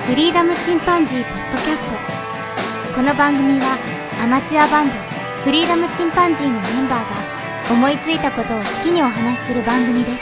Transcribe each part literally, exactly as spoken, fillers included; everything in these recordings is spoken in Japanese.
フリーダムチンパンジーポッドキャスト。この番組はアマチュアバンドフリーダムチンパンジーのメンバーが思いついたことを好きにお話しする番組です。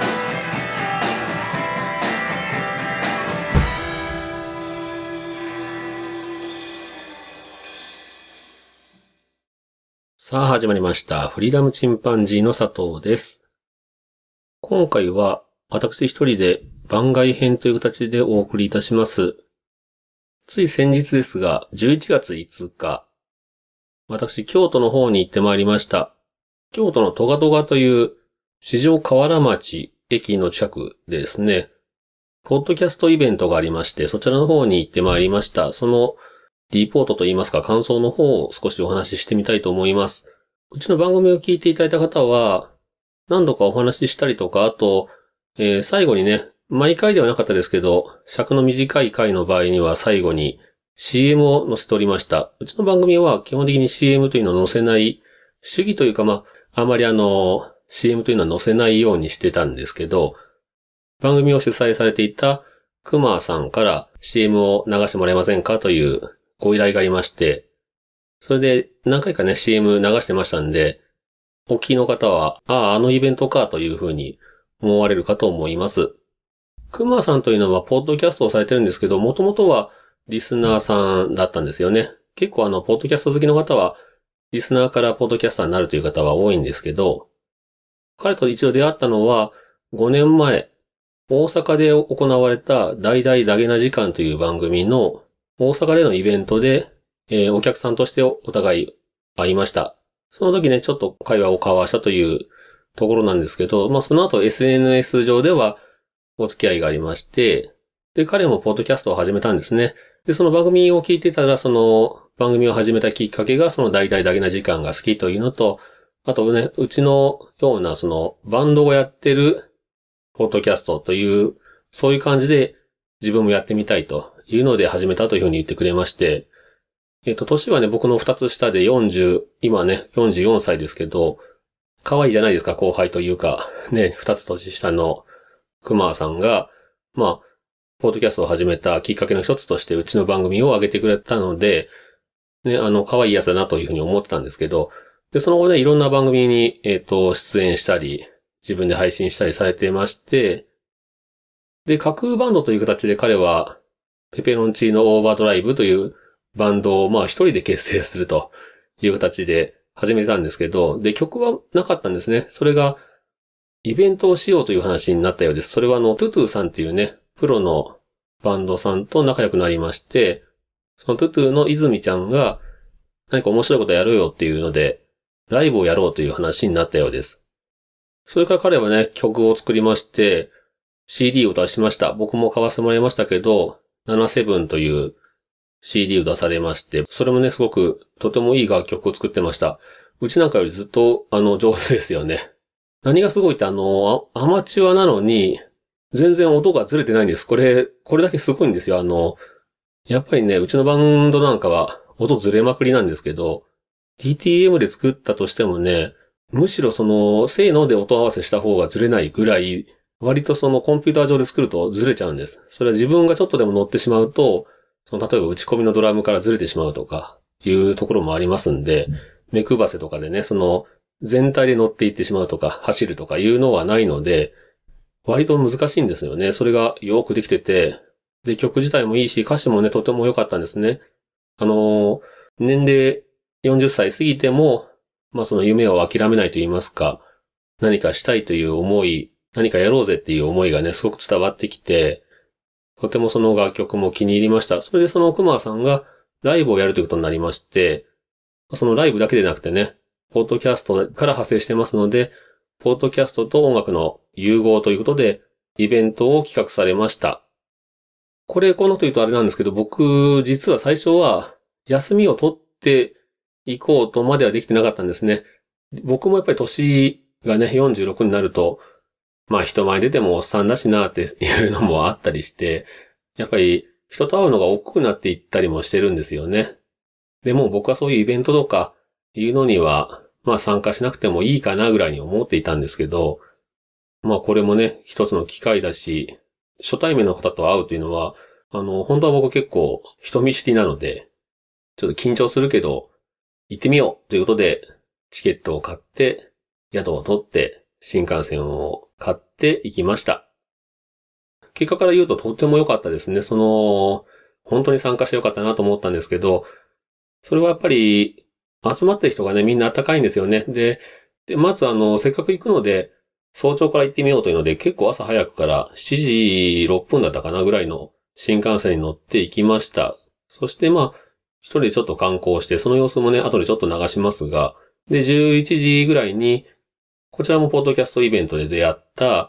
さあ始まりました。フリーダムチンパンジーの佐藤です。今回は私一人で番外編という形でお送りいたします。つい先日ですが、じゅういちがついつか、私京都の方に行ってまいりました。京都のトガトガという四条河原町駅の近くでですね、ポッドキャストイベントがありまして、そちらの方に行ってまいりました。そのリポートといいますか感想の方を少しお話ししてみたいと思います。うちの番組を聞いていただいた方は、何度かお話ししたりとか、あと、えー、最後にね、毎回ではなかったですけど、尺の短い回の場合には最後に シーエム を載せておりました。うちの番組は基本的に シーエム というのを載せない主義というか、まあ、あまりあの、シーエム というのは載せないようにしてたんですけど、番組を主催されていたクマさんから シーエム を流してもらえませんかというご依頼がありまして、それで何回かね シーエム 流してましたんで、お聞きの方は、ああ、あのイベントかというふうに思われるかと思います。クマさんというのはポッドキャストをされてるんですけど、もともとはリスナーさんだったんですよね。結構あの、ポッドキャスト好きの方は、リスナーからポッドキャスターになるという方は多いんですけど、彼と一度出会ったのはごねんまえ、大阪で行われた大々ダゲな時間という番組の大阪でのイベントで、えー、お客さんとしてお互い会いました。その時ね、ちょっと会話を交わしたというところなんですけど、まあその後 エスエヌエス 上ではお付き合いがありまして、で、彼もポッドキャストを始めたんですね。で、その番組を聞いてたら、その番組を始めたきっかけが、その大々だけな時間が好きというのと、あとね、うちのようなそのバンドをやってるポッドキャストという、そういう感じで自分もやってみたいというので始めたというふうに言ってくれまして、えっと、年はね、僕のふたつ下でよんじゅう、今ね、よんじゅうよんさいですけど、可愛いじゃないですか、後輩というか、ね、ふたつ年下のクマさんが、まあ、ポッドキャストを始めたきっかけの一つとしてうちの番組を上げてくれたので、ね、あの、可愛いやつだなというふうに思ってたんですけど、で、その後ね、いろんな番組に、えっと、出演したり、自分で配信したりされてまして、で、架空バンドという形で彼は、ペペロンチーノオーバードライブというバンドを、まあ、一人で結成するという形で始めたんですけど、で、曲はなかったんですね。それが、イベントをしようという話になったようです。それはあの、トゥトゥさんっていうね、プロのバンドさんと仲良くなりまして、そのトゥトゥの泉ちゃんが何か面白いことやろうよっていうので、ライブをやろうという話になったようです。それから彼はね、曲を作りまして、シーディー を出しました。僕も買わせてもらいましたけど、ななじゅうななという シーディー を出されまして、それもね、すごくとてもいい楽曲を作ってました。うちなんかよりずっとあの上手ですよね。何がすごいってあの、アマチュアなのに、全然音がずれてないんです。これ、これだけすごいんですよ。あの、やっぱりね、うちのバンドなんかは音ずれまくりなんですけど、ディーティーエム で作ったとしてもね、むしろその、性能で音合わせした方がずれないぐらい、割とそのコンピューター上で作るとずれちゃうんです。それは自分がちょっとでも乗ってしまうと、その例えば打ち込みのドラムからずれてしまうとか、いうところもありますんで、目配せとかでね、その、全体で乗っていってしまうとか、走るとかいうのはないので、割と難しいんですよね。それがよくできてて、で、曲自体もいいし、歌詞もね、とても良かったんですね。あの、年齢よんじゅっさい過ぎても、まあその夢を諦めないと言いますか、何かしたいという思い、何かやろうぜっていう思いがね、すごく伝わってきて、とてもその楽曲も気に入りました。それでそのクマさんがライブをやるということになりまして、そのライブだけでなくてね、ポッドキャストから派生してますので、ポッドキャストと音楽の融合ということで、イベントを企画されました。これ、このというとあれなんですけど、僕、実は最初は、休みを取っていこうとまではできてなかったんですね。僕もやっぱり年がね、よんじゅうろくになると、まあ人前出てもおっさんだしなっていうのもあったりして、やっぱり人と会うのが億劫になっていったりもしてるんですよね。でも僕はそういうイベントとかいうのには、まあ参加しなくてもいいかなぐらいに思っていたんですけど、まあこれもね、一つの機会だし、初対面の方と会うというのは、 あの、本当は僕結構人見知りなので、ちょっと緊張するけど、行ってみようということで、チケットを買って、宿を取って、新幹線を買って行きました。結果から言うととっても良かったですね。その、本当に参加して良かったなと思ったんですけど、それはやっぱり、集まってる人がね、みんな温かいんですよね。で、でまずあの、せっかく行くので、早朝から行ってみようというので、結構朝早くからしちじろっぷんだったかなぐらいの新幹線に乗って行きました。そしてまあ、一人でちょっと観光して、その様子もね、後でちょっと流しますが、で、じゅういちじぐらいに、こちらもポッドキャストイベントで出会った、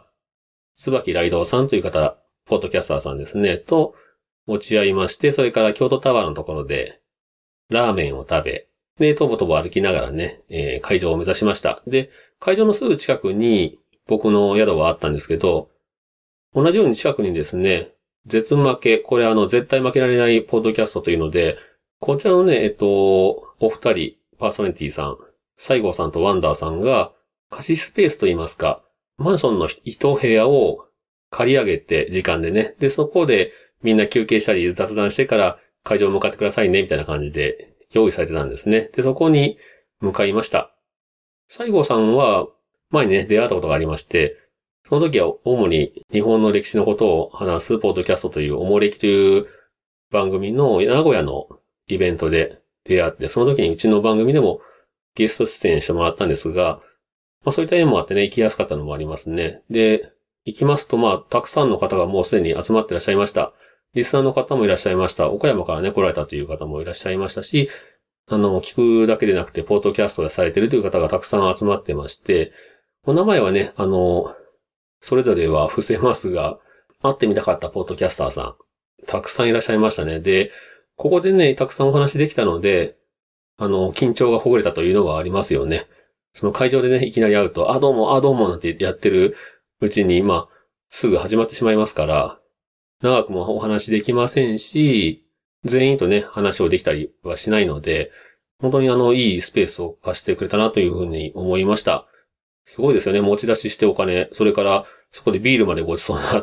椿雷道さんという方、ポッドキャスターさんですね、と持ち合いまして、それから京都タワーのところで、ラーメンを食べ、で、とぼとぼ歩きながらね、えー、会場を目指しました。で、会場のすぐ近くに僕の宿はあったんですけど、同じように近くにですね、絶負け、これあの、絶対負けられないポッドキャストというので、こちらのね、えっと、お二人、パーソナリティさん、西郷さんとワンダーさんが、貸しスペースといいますか、マンションの一部屋を借り上げて、時間でね。で、そこでみんな休憩したり雑談してから会場に向かってくださいね、みたいな感じで用意されてたんですね。で、そこに向かいました。西郷さんは前にね、出会ったことがありまして、その時は主に日本の歴史のことを話すポッドキャストというおもれきという番組の名古屋のイベントで出会って、その時にうちの番組でもゲスト出演してもらったんですが、まあそういった縁もあってね、行きやすかったのもありますね。で、行きますとまあ、たくさんの方がもうすでに集まっていらっしゃいました。リスナーの方もいらっしゃいました。岡山からね、来られたという方もいらっしゃいましたし、あの、聞くだけでなくて、ポッドキャストでされているという方がたくさん集まってまして、お名前はね、あの、それぞれは伏せますが、会ってみたかったポッドキャスターさん、たくさんいらっしゃいましたね。で、ここでね、たくさんお話できたので、あの、緊張がほぐれたというのはありますよね。その会場でね、いきなり会うと、あ、どうも、あ、どうも、なんてやってるうちに、まあ、すぐ始まってしまいますから、長くもお話できませんし、全員とね、話をできたりはしないので、本当にあの、いいスペースを貸してくれたなというふうに思いました。すごいですよね、持ち出ししてお金、それからそこでビールまでごちそうになって、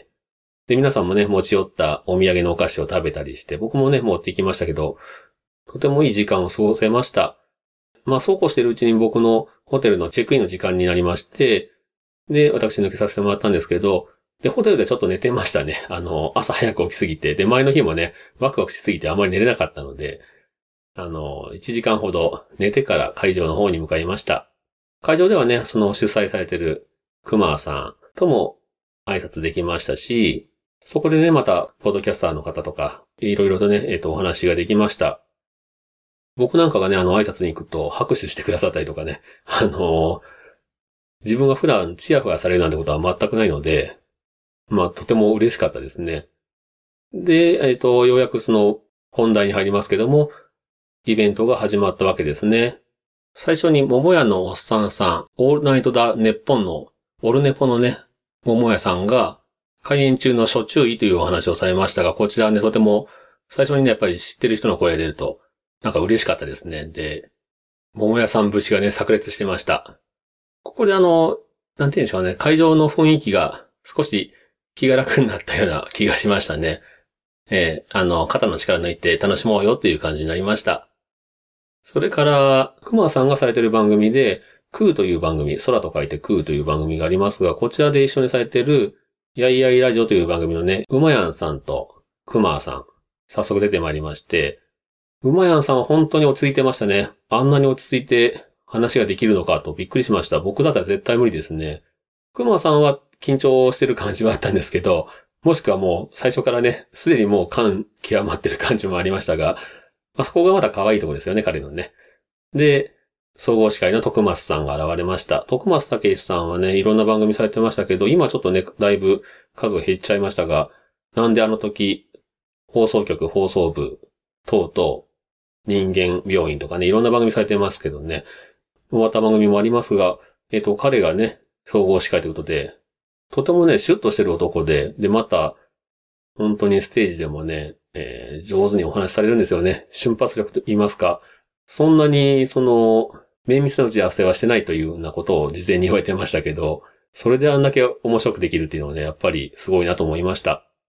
で、皆さんもね、持ち寄ったお土産のお菓子を食べたりして、僕もね、持ってきましたけど、とてもいい時間を過ごせました。まあ、そうこうしているうちに僕のホテルのチェックインの時間になりまして、で、私抜けさせてもらったんですけど、で、ホテルでちょっと寝てましたね。あの、朝早く起きすぎて、で、前の日もね、ワクワクしすぎてあまり寝れなかったので、あの、いちじかんほど寝てから会場の方に向かいました。会場ではね、その主催されている熊さんとも挨拶できましたし、そこでね、また、ポッドキャスターの方とか、いろいろとね、えっと、お話ができました。僕なんかがね、あの、挨拶に行くと拍手してくださったりとかね、あの、自分が普段チヤホヤされるなんてことは全くないので、まあ、とても嬉しかったですね。で、えっと、ようやくその本題に入りますけども、イベントが始まったわけですね。最初に桃屋のおっさんさん、オールナイトだネッポンの、オルネポのね、桃屋さんが、開演中の諸注意というお話をされましたが、こちらね、とても、最初にね、やっぱり知ってる人の声が出ると、なんか嬉しかったですね。で、桃屋さん節がね、炸裂してました。ここであの、なんていうんでしょうね、会場の雰囲気が少し気が楽になったような気がしましたね。えー、あの、肩の力抜いて楽しもうよっていう感じになりました。それから、熊さんがされている番組で、空という番組、空と書いて空という番組がありますが、こちらで一緒にされている、やいやいラジオという番組のね、うまやんさんと熊さん、早速出てまいりまして、うまやんさんは本当に落ち着いてましたね。あんなに落ち着いて話ができるのかとびっくりしました。僕だったら絶対無理ですね。熊さんは緊張してる感じはあったんですけど、もしくはもう最初からね、すでにもう感極まってる感じもありましたが、まあ、そこがまた可愛いところですよね、彼のね。で、総合司会の徳松さんが現れました。徳松武さんはね、いろんな番組されてましたけど、今ちょっとね、だいぶ数が減っちゃいましたが、なんであの時、放送局、放送部、等々、人間病院とかね、いろんな番組されてますけどね、終わった番組もありますが、えっと、彼がね、総合司会ということで、とてもね、シュッとしてる男で、で、また、本当にステージでもね、えー、上手にお話しされるんですよね。瞬発力と言いますか。そんなに、その、綿密な打ち合わせはしてないというようなことを事前に言われてましたけど、それであんだけ面白くできるっていうのはね、やっぱりすごいなと思いました。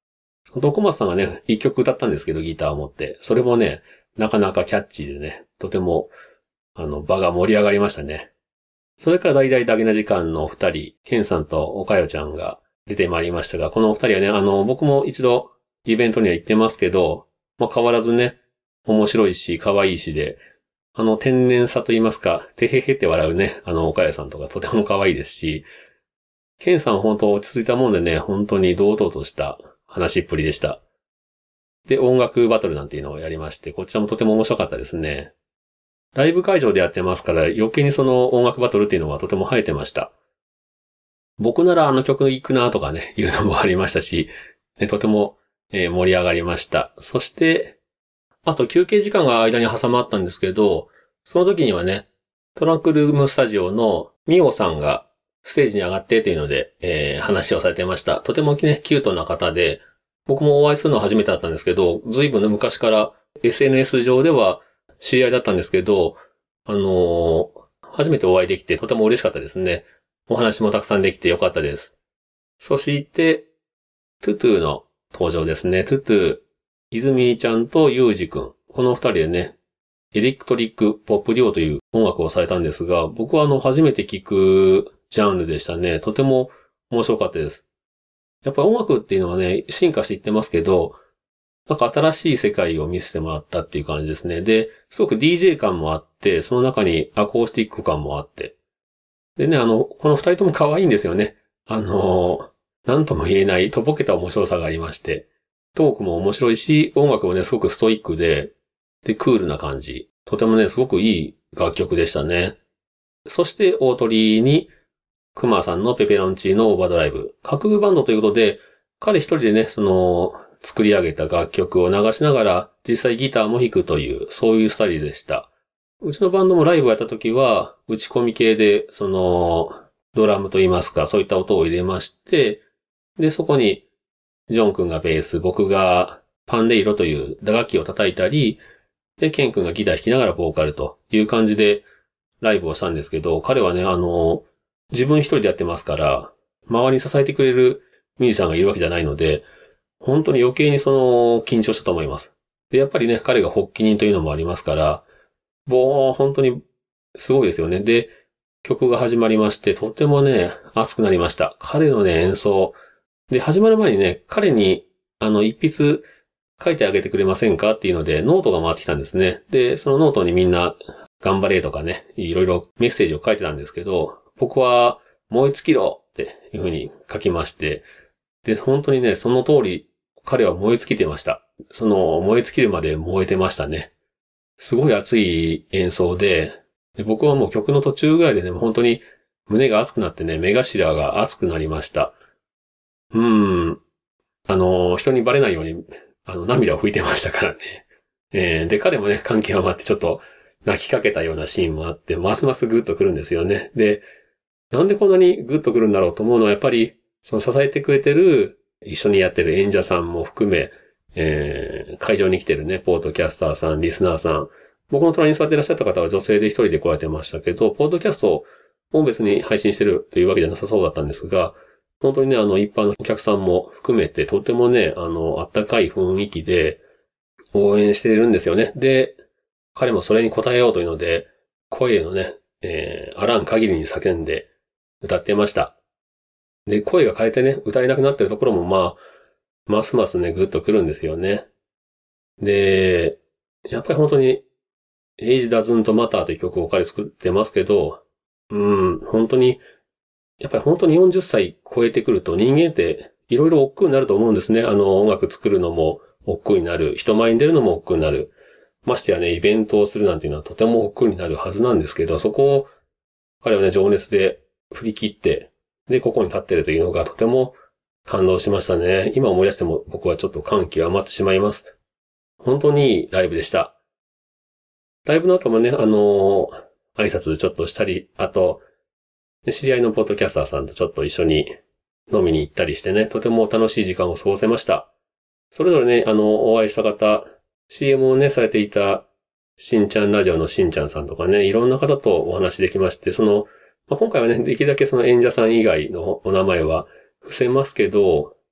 その小松さんがね、一曲歌ったんですけど、ギターを持って。それもね、なかなかキャッチーでね、とても、あの、場が盛り上がりましたね。それから大々だけな時間のお二人、ケンさんとおかよちゃんが出てまいりましたが、このお二人はね、あの、僕も一度イベントには行ってますけど、まあ、変わらずね、面白いし、可愛いしで、あの、天然さと言いますか、てへへって笑うね、あの、おかよさんとかとても可愛いですし、ケンさん本当落ち着いたもんでね、本当に堂々とした話っぷりでした。で、音楽バトルなんていうのをやりまして、こちらもとても面白かったですね。ライブ会場でやってますから、余計にその音楽バトルっていうのはとても生えてました。僕ならあの曲行くなとかね、いうのもありましたし、ね、とても、えー、盛り上がりました。そして、あと休憩時間が間に挟まったんですけど、その時にはね、トランクルームスタジオのミオさんがステージに上がってというので、えー、話をされてました。とてもね、キュートな方で、僕もお会いするのは初めてだったんですけど、随分昔から エスエヌエス 上では知り合いだったんですけど、あのー、初めてお会いできてとても嬉しかったですね。お話もたくさんできてよかったです。そして、トゥトゥの登場ですね。トゥトゥ、泉ちゃんとユージくん。この二人でね、エレクトリックポップデュオという音楽をされたんですが、僕はあの、初めて聞くジャンルでしたね。とても面白かったです。やっぱ音楽っていうのはね、進化していってますけど、なんか新しい世界を見せてもらったっていう感じですね。で、すごく ディージェー 感もあって、その中にアコースティック感もあって。でね、あの、この二人とも可愛いんですよね。あの、なんとも言えない、とぼけた面白さがありまして。トークも面白いし、音楽もね、すごくストイックで、で、クールな感じ。とてもね、すごくいい楽曲でしたね。そして、大鳥に、クマさんのペペロンチーノオーバードライブ。架空バンドということで、彼一人でね、その、作り上げた楽曲を流しながら、実際ギターも弾くという、そういうスタイルでした。うちのバンドもライブをやった時は、打ち込み系で、その、ドラムといいますか、そういった音を入れまして、で、そこに、ジョン君がベース、僕がパンデイロという打楽器を叩いたり、で、ケン君がギター弾きながらボーカルという感じでライブをしたんですけど、彼はね、あの、自分一人でやってますから、周りに支えてくれるミュージシャンがいるわけじゃないので、本当に余計にその、緊張したと思います。で、やっぱりね、彼が発起人というのもありますから、もう本当にすごいですよね。で、曲が始まりまして、とてもね、熱くなりました。彼のね、演奏。で、始まる前にね、彼に、あの、一筆書いてあげてくれませんかっていうので、ノートが回ってきたんですね。で、そのノートにみんな、頑張れとかね、いろいろメッセージを書いてたんですけど、僕は、燃え尽きろっていう風に書きまして、で、本当にね、その通り、彼は燃え尽きてました。その、燃え尽きるまで燃えてましたね。すごい熱い演奏で、で僕はもう曲の途中ぐらいでね、本当に胸が熱くなってね、目頭が熱くなりました。うーん。あの、人にバレないように、あの、涙を拭いてましたからね。えー、で、彼もね、感極まってちょっと泣きかけたようなシーンもあって、ますますグッとくるんですよね。で、なんでこんなにグッとくるんだろうと思うのは、やっぱり、その支えてくれてる、一緒にやってる演者さんも含め、えー、会場に来てるね、ポードキャスターさん、リスナーさん。僕の隣に座っていらっしゃった方は女性で一人で来られてましたけど、ポードキャストを別に配信してるというわけじゃなさそうだったんですが、本当にね、あの、一般のお客さんも含めて、とてもね、あの、あったかい雰囲気で応援しているんですよね。で、彼もそれに応えようというので、声のね、えー、あらん限りに叫んで歌ってました。で、声が変えてね、歌えなくなってるところもまあ、ますますね、グッとくるんですよね。で、やっぱり本当に、Age Doesn't Matter という曲を彼作ってますけど、うん、本当に、やっぱり本当によんじゅっさい超えてくると人間っていろいろ億劫になると思うんですね。あの、音楽作るのも億劫になる。人前に出るのも億劫になる。ましてやね、イベントをするなんていうのはとても億劫になるはずなんですけど、そこを彼はね、情熱で振り切って、で、ここに立ってるというのがとても感動しましたね。今思い出しても僕はちょっと感極まってしまいます。本当にいいライブでした。ライブの後もね、あのー、挨拶ちょっとしたり、あと、知り合いのポッドキャスターさんとちょっと一緒に飲みに行ったりしてね、とても楽しい時間を過ごせました。それぞれね、あの、お会いした方、シーエム をね、されていた、しんちゃんラジオのしんちゃんさんとかね、いろんな方とお話できまして、その、まあ、今回はね、できるだけその演者さん以外のお名前は伏せますけど、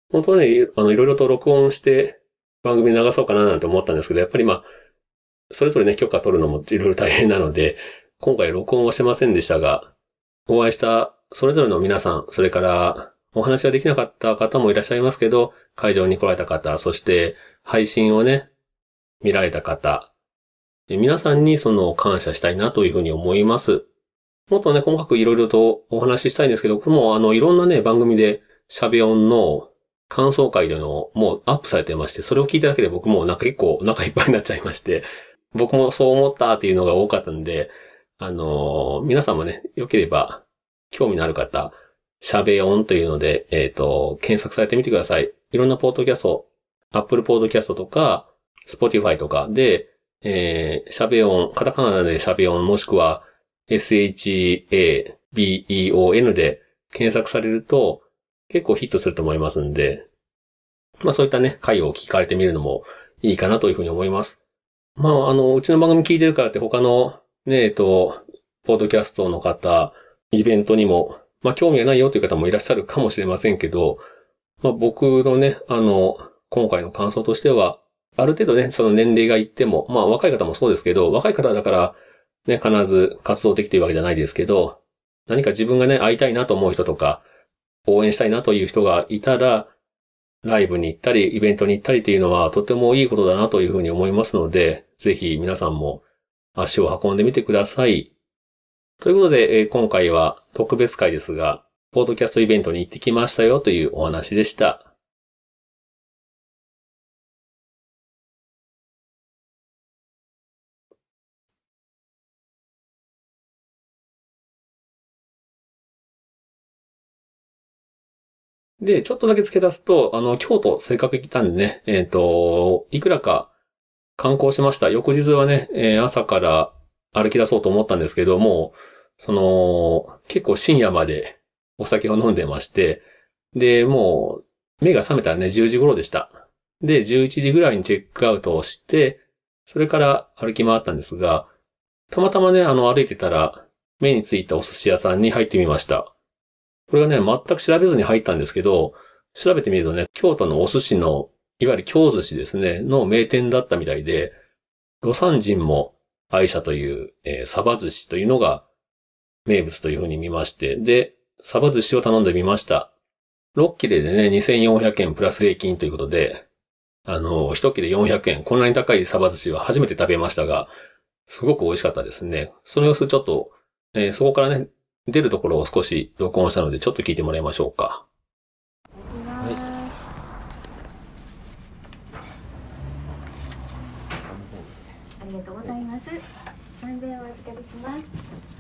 本当はね、あの、いろいろと録音して番組流そうかななんて思ったんですけど、やっぱりまあ、それぞれね、許可取るのもいろいろ大変なので、今回録音はしてませんでしたが、お会いしたそれぞれの皆さん、それからお話ができなかった方もいらっしゃいますけど、会場に来られた方、そして配信をね、見られた方、皆さんにその感謝したいなというふうに思います。もっとね、細かくいろいろとお話ししたいんですけど、もうあの、いろんなね、番組でシャベオンの感想会でのもうアップされてまして、それを聞いただけで僕もなんか結構お腹いっぱいになっちゃいまして、僕もそう思ったっていうのが多かったんで、あのー、皆さんもね、よければ興味のある方、シャベオンというので、えっと、検索されてみてください。いろんなポッドキャスト、Apple Podcast とか、Spotify とかで、えー、シャベオン、カタカナでシャベオンもしくは エスエイチエービーイーオーエヌ で検索されると結構ヒットすると思いますんで、まあそういったね、回を聞かれてみるのもいいかなというふうに思います。まああの、うちの番組聞いてるからって他のね、えっと、ポッドキャストの方、イベントにも、まあ興味がないよという方もいらっしゃるかもしれませんけど、まあ僕のね、あの、今回の感想としては、ある程度ね、その年齢がいっても、まあ若い方もそうですけど、若い方だからね、必ず活動できているわけじゃないですけど、何か自分がね、会いたいなと思う人とか、応援したいなという人がいたら、ライブに行ったり、イベントに行ったりっていうのはとてもいいことだなというふうに思いますので、ぜひ皆さんも足を運んでみてください。ということで、えー、今回は特別会ですが、ポッドキャストイベントに行ってきましたよというお話でした。で、ちょっとだけ付け出すと、あの、京都せっかく行ったんでね、えっと、いくらか観光しました。翌日はね、えー朝から歩き出そうと思ったんですけども、その、結構深夜までお酒を飲んでまして、で、もう、目が覚めたらね、じゅうじ頃でした。で、じゅういちじぐらいにチェックアウトをして、それから歩き回ったんですが、たまたまね、あの、歩いてたら、目についたお寿司屋さんに入ってみました。これがね、全く調べずに入ったんですけど、調べてみるとね、京都のお寿司の、いわゆる京寿司ですね、の名店だったみたいで、魯山人も愛したという、えー、サバ寿司というのが名物というふうに見まして、で、サバ寿司を頼んでみました。ろっ切れでね、にせんよんひゃくえんプラス税金ということで、あの、いち切れよんひゃくえん、こんなに高いサバ寿司は初めて食べましたが、すごく美味しかったですね。その様子ちょっと、えー、そこからね、出るところを少し録音したので、ちょっと聞いてもらいましょうか。はい。 ありがとうございます。さんぜんえんお預かりします。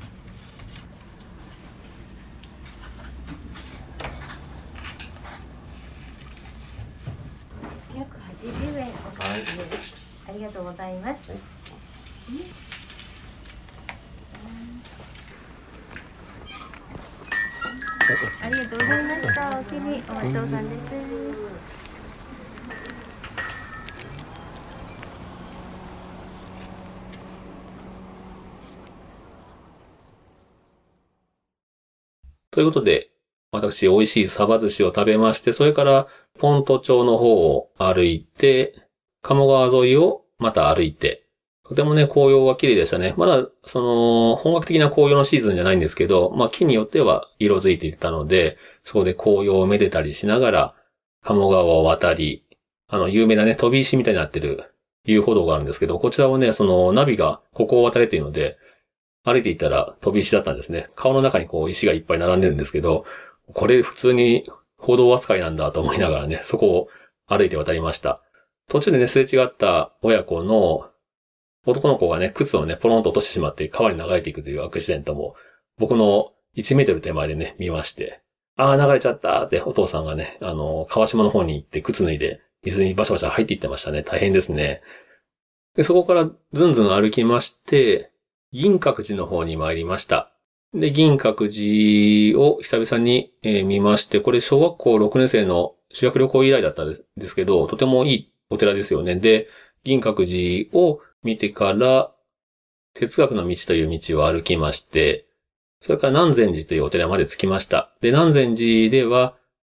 ひゃくはちじゅうえんお返しです。はい、ありがとうございます。はい、ありがとうございました。お気にお待ちどうさんです。 ということで、私、美味しいサバ寿司を食べまして、それから、ポント町の方を歩いて、鴨川沿いをまた歩いて、とてもね、紅葉は綺麗でしたね。まだ、その、本格的な紅葉のシーズンじゃないんですけど、まあ、木によっては色づいていたので、そこで紅葉をめでたりしながら、鴨川を渡り、あの、有名なね、飛び石みたいになってる遊歩道があるんですけど、こちらをね、その、ナビがここを渡れているので、歩いていたら飛び石だったんですね。川の中にこう石がいっぱい並んでるんですけど、これ普通に歩道扱いなんだと思いながらね、そこを歩いて渡りました。途中でね、すれ違った親子の男の子がね、靴をね、ポロンと落としてしまって川に流れていくというアクシデントも、僕のいちメートル手前でね、見まして、あー流れちゃったってお父さんがね、あの、川下の方に行って靴脱いで、水にバシャバシャ入っていってましたね。大変ですね。で、そこからずんずん歩きまして、銀閣寺の方に参りました。で、銀閣寺を久々に、えー、見まして、これ小学校ろくねん生の修学旅行以来だったんですけど、とてもいいお寺ですよね。で、銀閣寺を見てから、哲学の道という道を歩きまして、それから南禅寺というお寺まで着きました。で、南禅寺では、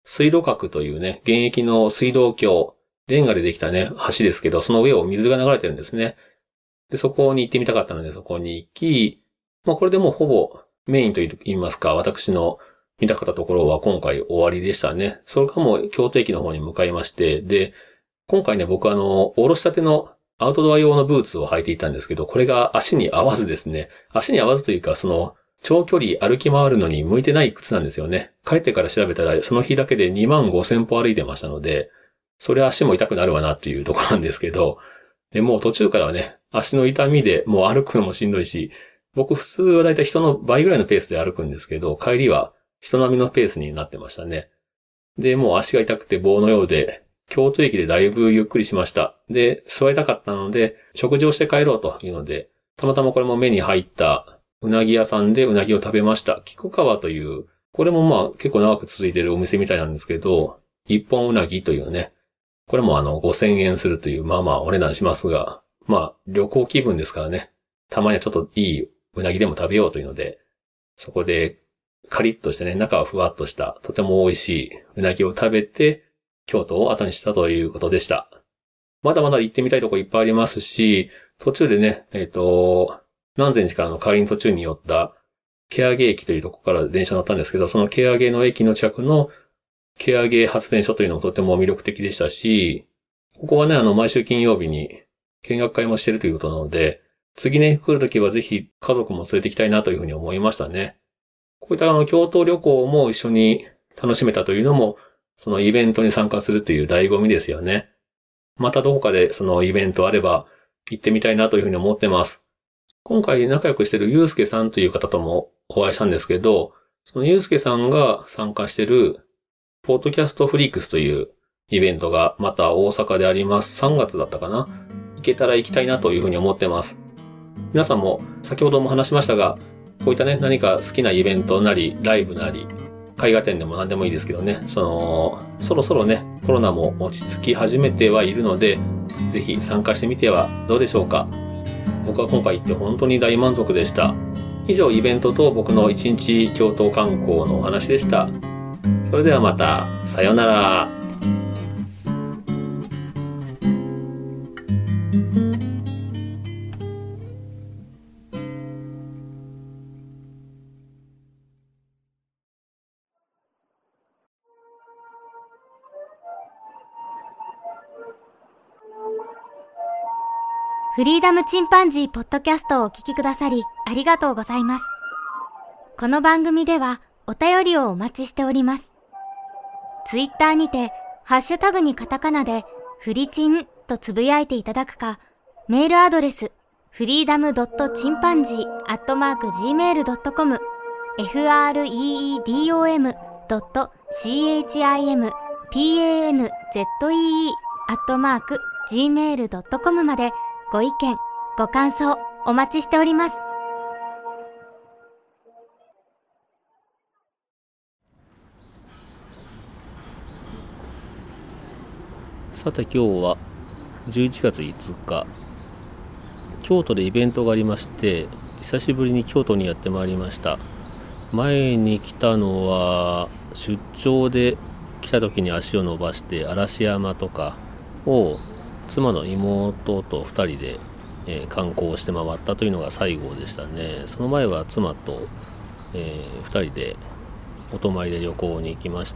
水路閣というね、現役の水道橋、レンガでできたね、橋ですけど、その上を水が流れてるんですね。で、そこに行ってみたかったので、そこに行き、まあこれでもうほぼメインと言いますか、私の見たかったところは今回終わりでしたね。それからもう京都駅の方に向かいまして、で、今回ね、僕あの、おろしたてのアウトドア用のブーツを履いていたんですけど、これが足に合わずですね、足に合わずというか、その、長距離歩き回るのに向いてない靴なんですよね。帰ってから調べたら、その日だけでにまんごせんぽ歩いてましたので、それは足も痛くなるわなっていうところなんですけど、でもう途中からはね、足の痛みでもう歩くのもしんどいし、僕普通はだいたい人の倍ぐらいのペースで歩くんですけど、帰りは人並みのペースになってましたね。で、もう足が痛くて棒のようで、京都駅でだいぶゆっくりしました。で、座りたかったので、食事をして帰ろうというので、たまたまこれも目に入ったうなぎ屋さんでうなぎを食べました。菊川という、これもまあ結構長く続いているお店みたいなんですけど、一本うなぎというね、これもあのごせんえんするというまあまあお値段しますが、まあ旅行気分ですからね、たまにはちょっといいうなぎでも食べようというので、そこでカリッとしてね、中はふわっとしたとても美味しいうなぎを食べて、京都を後にしたということでした。まだまだ行ってみたいとこいっぱいありますし、途中でね、えっと、南禅寺からの帰りの途中に寄った毛上駅というところから電車乗ったんですけど、その毛上の駅の近くの毛上発電所というのもとても魅力的でしたし、ここはね、あの、毎週金曜日に見学会もしてるということなので、次ね、来るときはぜひ家族も連れて行きたいなというふうに思いましたね。こういったあの、京都旅行も一緒に楽しめたというのも、そのイベントに参加するという醍醐味ですよね。またどこかでそのイベントあれば行ってみたいなというふうに思ってます。今回仲良くしているゆうすけさんという方ともお会いしたんですけど、そのゆうすけさんが参加しているポッドキャストフリークスというイベントがまた大阪であります。さんがつだったかな。行けたら行きたいなというふうに思ってます。皆さんも先ほども話しましたが、こういったね、何か好きなイベントなり、ライブなり、絵画展でも何でもいいですけどね、その、そろそろね、コロナも落ち着き始めてはいるので、ぜひ参加してみてはどうでしょうか。僕は今回行って本当に大満足でした。以上、イベントと僕の一日京都観光のお話でした。それではまた、さようなら。 フリーダムチンパンジーポッドキャストをお聞きくださりありがとうございます。この番組ではお便りをお待ちしております。ツイッターにてハッシュタグにカタカナでフリチンとつぶやいていただくか、メールアドレスフリーダムドットチンパンジーアットマークジーメールドットコム フリーダムドットチンパンジーアットマークジーメールドットコムまでご意見、ご感想お待ちしております。 さて今日はじゅういちがついつか、京都でイベントがありまして、久しぶりに京都にやってまいりました。前に来たのは出張で来た時に足を伸ばして嵐山とかを妻の妹とふたりで、えー、観光して回ったというのが最後でしたね。その前は妻と、えー、ふたりでお泊まりで旅行に行きました。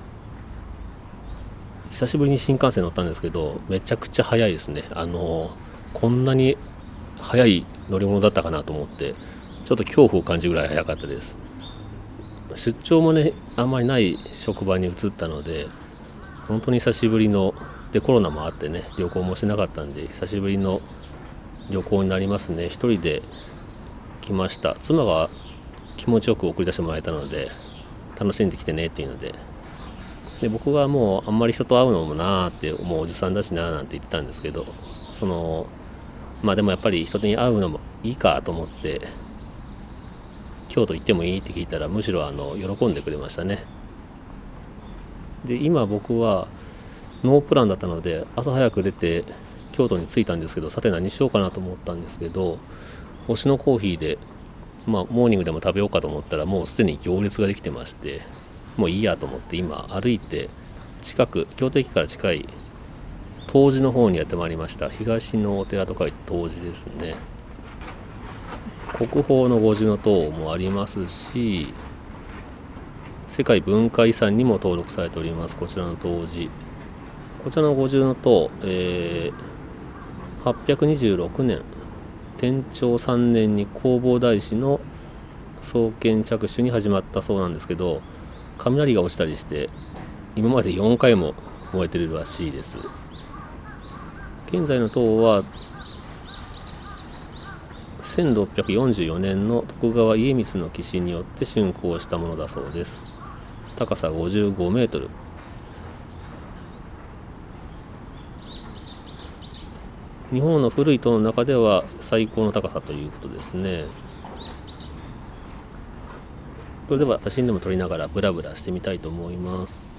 久しぶりに新幹線乗ったんですけど、めちゃくちゃ早いですね。あのこんなに早い乗り物だったかなと思って、ちょっと恐怖を感じるぐらい早かったです。出張もね、あんまりない職場に移ったので、本当に久しぶりのでコロナもあってね、旅行もしなかったんで久しぶりの旅行になりますね。一人で来ました。妻が気持ちよく送り出してもらえたので、楽しんできてねっていうので、で僕はもうあんまり人と会うのもなーって思うおじさんだしなーなんて言ってたんですけど、そのまあでもやっぱり人に会うのもいいかと思って、京都行ってもいいって聞いたら、むしろあの喜んでくれましたね。で今僕はノープランだったので、朝早く出て京都に着いたんですけど、さて何しようかなと思ったんですけど、推しのコーヒーで、まあ、モーニングでも食べようかと思ったら、もうすでに行列ができてまして、 もういいやと思って今歩いて近く、京都駅から近い東寺の方にやってまいりました。東のお寺と書いて東寺ですね。国宝の五重塔もありますし、世界文化遺産にも登録されております。こちらの東寺、こちらの五重塔、えー、はっぴゃくにじゅうろくねん天長さんねんに弘法大師の創建着手に始まったそうなんですけど、雷が落ちたりして今までよんかいも燃えてるらしいです。現在の塔はせんろっぴゃくよんじゅうよねんの徳川家光の寄進によって竣工したものだそうです。高さごじゅうごメートル。日本の古い塔の中では最高の高さということですね。それでは写真でも撮りながらブラブラしてみたいと思います。